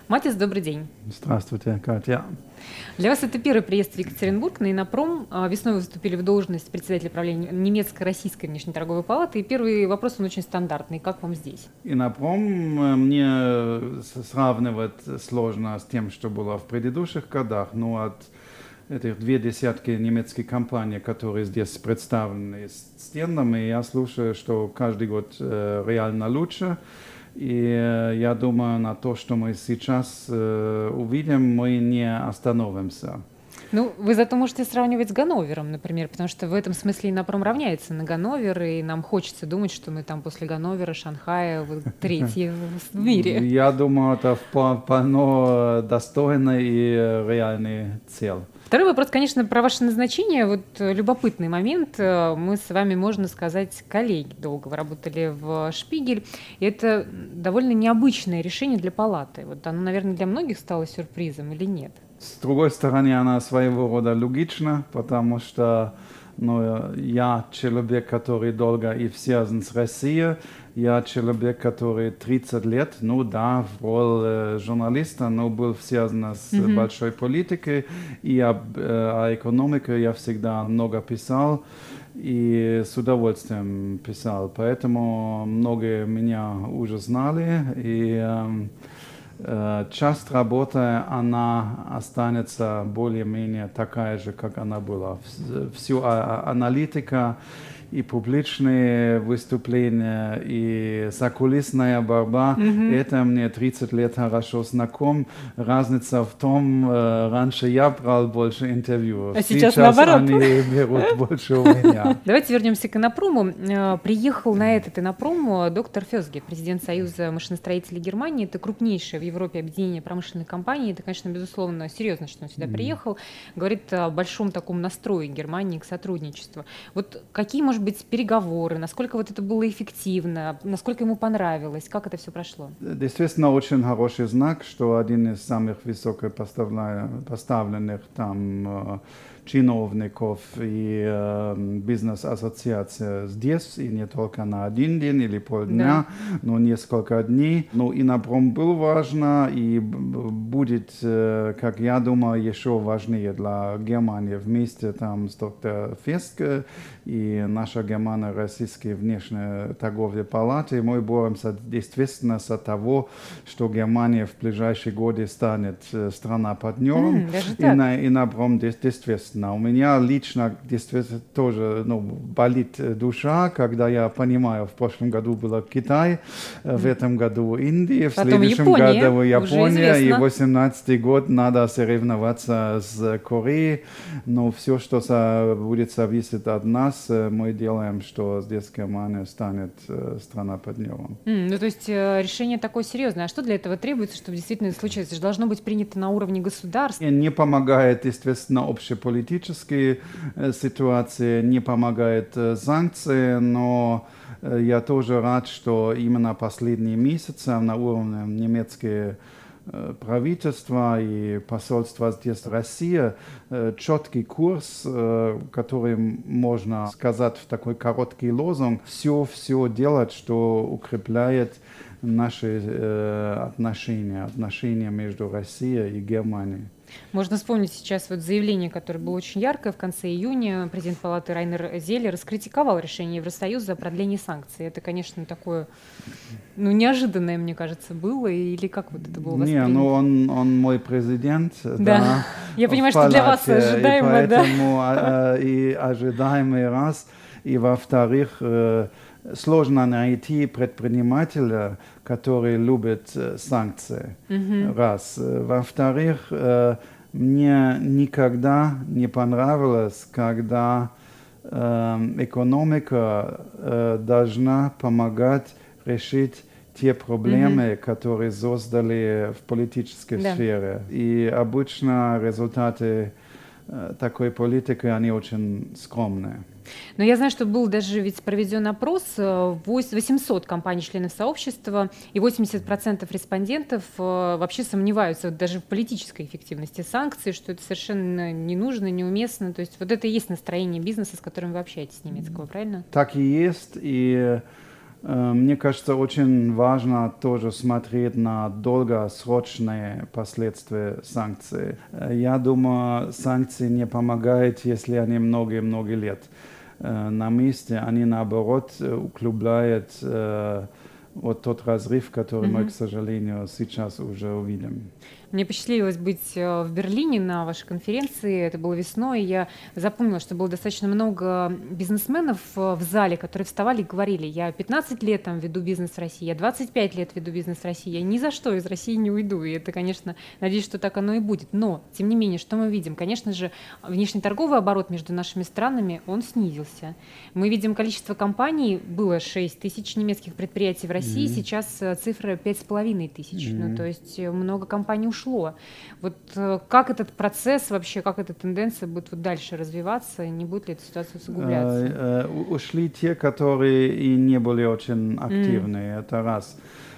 Матис, добрый день. Здравствуйте, Катя. Для вас это первый приезд в Екатеринбург на Иннопром. Весной вы выступили в должность председателя правления немецко-российской внешнеторговой палаты. И первый вопрос, он очень стандартный. Как вам здесь? Иннопром мне сравнивать сложно с тем, что было в предыдущих годах, но от этих 20 немецких компаний, которые здесь представлены стендами, я слушаю, что каждый год реально лучше. И я думаю, на то, что мы сейчас увидим, мы не остановимся. Ну, вы зато можете сравнивать с Ганновером, например, потому что в этом смысле Иннопром равняется на Ганновер, и нам хочется думать, что мы там после Ганновера, Шанхая, третьи в мире. Я думаю, это вполне достойный и реальный цель. Второй вопрос, конечно, про ваше назначение. Вот любопытный момент. Мы с вами, можно сказать, коллеги. Долго вы работали в «Шпигель». И это довольно необычное решение для палаты. Вот оно, наверное, для многих стало сюрпризом или нет? С другой стороны, она своего рода логична, потому что я человек, который долго и связан с Россией. Я человек, который 30 лет, в роль журналиста, но был связан с большой политикой. И о экономике я всегда много писал и с удовольствием писал. Поэтому многие меня уже знали. И часть работы, она останется более-менее такая же, как она была. Всю аналитика и публичные выступления, и закулисная борьба, это мне 30 лет хорошо знаком. Разница в том, раньше я брал больше интервью, а сейчас наоборот. Они берут больше у меня. Давайте вернемся к Иннопрому. Приехал на этот Иннопром доктор Фёсге, президент Союза машиностроителей Германии. Это крупнейшее в Европе объединение промышленных компаний. Это, конечно, безусловно, серьезно, что он сюда приехал. Говорит о большом таком настрое Германии к сотрудничеству. Вот какие, может быть, переговоры, насколько вот это было эффективно, насколько ему понравилось, как это все прошло? Действительно, очень хороший знак, что один из самых высокопоставленных там чиновников и бизнес-ассоциация здесь, и не только на один день или полдня, но несколько дней. Но Иннопром был важно и будет, как я думаю, еще важнее для Германии вместе там с доктором Фёсге и наша Германо-Российская внешняя торговая палата. И мы боремся действительно за того, что Германия в ближайшие годы станет страной-партнером. Иннопром действительно. У меня лично действительно тоже болит душа, когда я понимаю, в прошлом году было Китай, в этом году Индия, в следующем году Япония, и 18-й год надо соревноваться с Кореей. Но все, что будет зависеть от нас, мы делаем, что здесь Германия станет страной-партнером. То есть решение такое серьезное. А что для этого требуется, чтобы действительно это случилось? Это же должно быть принято на уровне государства. Не помогает, естественно, общеполитические ситуации, не помогает санкции, но я тоже рад, что именно последние месяцы на уровне немецкого правительства и посольства здесь в России четкий курс, который можно сказать в такой короткий лозунг, все делать, что укрепляет наши отношения между Россией и Германией. Можно вспомнить сейчас вот заявление, которое было очень яркое в конце июня. Президент палаты Райнер Зеллер раскритиковал решение Евросоюза о продлении санкций. Это, конечно, такое неожиданное, мне кажется, было. Или как вот это было воспринято? Не, он мой президент. Да. Я понимаю, что для вас ожидаемо, и поэтому и ожидаемый раз. И во-вторых, сложно найти предпринимателя, который любит санкции. Раз. Во-вторых, мне никогда не понравилось, когда экономика должна помогать решить те проблемы, которые создали в политической сфере. И обычно результаты такой политики, они очень скромные. Но я знаю, что был даже ведь проведен опрос 800 компаний-членов сообщества, и 80% респондентов вообще сомневаются даже в политической эффективности санкций, что это совершенно не нужно, неуместно. То есть вот это и есть настроение бизнеса, с которым вы общаетесь, немецкого, правильно? Так и есть. И Мне кажется, очень важно тоже смотреть на долгосрочные последствия санкций. Я думаю, санкции не помогают, если они много-много лет на месте. Они, наоборот, углубляют вот тот разрыв, который мы, к сожалению, сейчас уже увидим. Мне посчастливилось быть в Берлине на вашей конференции, это было весной, и я запомнила, что было достаточно много бизнесменов в зале, которые вставали и говорили: я 15 лет там веду бизнес в России, я 25 лет веду бизнес в России, я ни за что из России не уйду, и это, конечно, надеюсь, что так оно и будет. Но, тем не менее, что мы видим? Конечно же, внешнеторговый оборот между нашими странами, он снизился. Мы видим количество компаний, было 6 тысяч немецких предприятий в России, сейчас цифра 5,5 тысяч, ну, то есть много компаний ушло. Вот как этот процесс вообще, как эта тенденция будет вот дальше развиваться, и не будет ли эта ситуация усугубляться? Ушли те, которые и не были очень активны, это раз.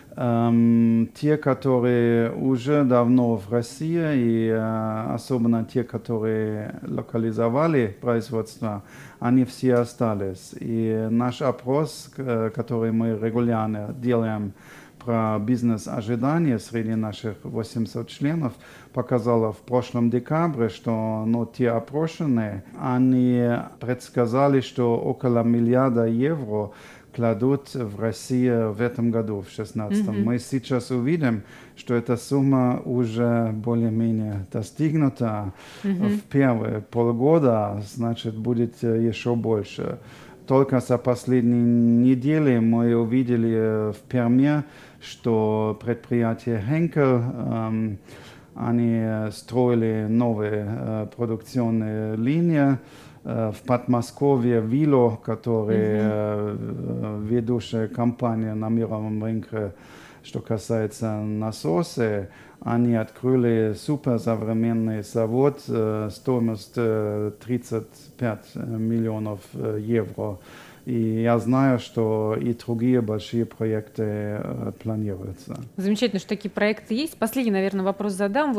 Те, которые уже давно в России, и особенно те, которые локализовали производство, они все остались. И наш опрос, который мы регулярно делаем про бизнес-ожидания среди наших 800 членов, показала в прошлом декабре, что те опрошенные, они предсказали, что около $1 миллиарда евро кладут в Россию в этом году, в 2016. Мы сейчас увидим, что эта сумма уже более-менее достигнута. В первые полгода, значит, будет еще больше. Только за последние недели мы увидели в Перми, что предприятие Henkel, они строили новые продукционные линии. В Подмосковье Вило, которая ведущая компания на мировом рынке, что касается насосов, они открыли суперсовременный завод стоимостью 35 миллионов евро. И я знаю, что и другие большие проекты планируются. Замечательно, что такие проекты есть. Последний, наверное, вопрос задам.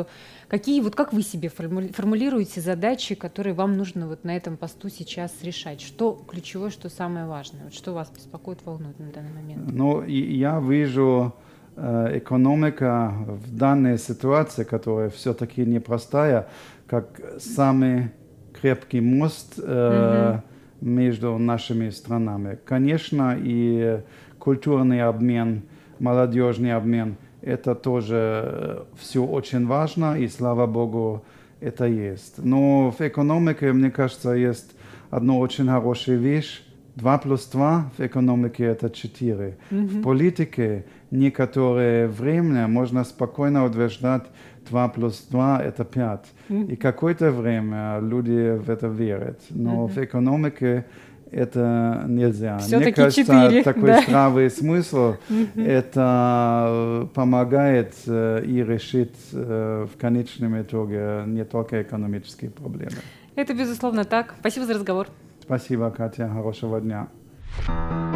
Как вы себе формулируете задачи, которые вам нужно вот на этом посту сейчас решать? Что ключевое, что самое важное? Вот что вас беспокоит, волнует на данный момент? Я вижу экономика в данной ситуации, которая все-таки непростая, как самый крепкий мост между нашими странами. Конечно, и культурный обмен, молодежный обмен, это тоже все очень важно, и слава богу, это есть. Но в экономике, мне кажется, есть одна очень хорошая вещь. 2 плюс 2 в экономике это 4. В политике некоторое время можно спокойно утверждать 2 плюс 2 это 5. И какое-то время люди в это верят. Но в экономике это нельзя. Все-таки мне кажется, 4, такой здравый смысл это помогает и решить в конечном итоге не только экономические проблемы. Это, безусловно, так. Спасибо за разговор. Спасибо, Катя. Хорошего дня.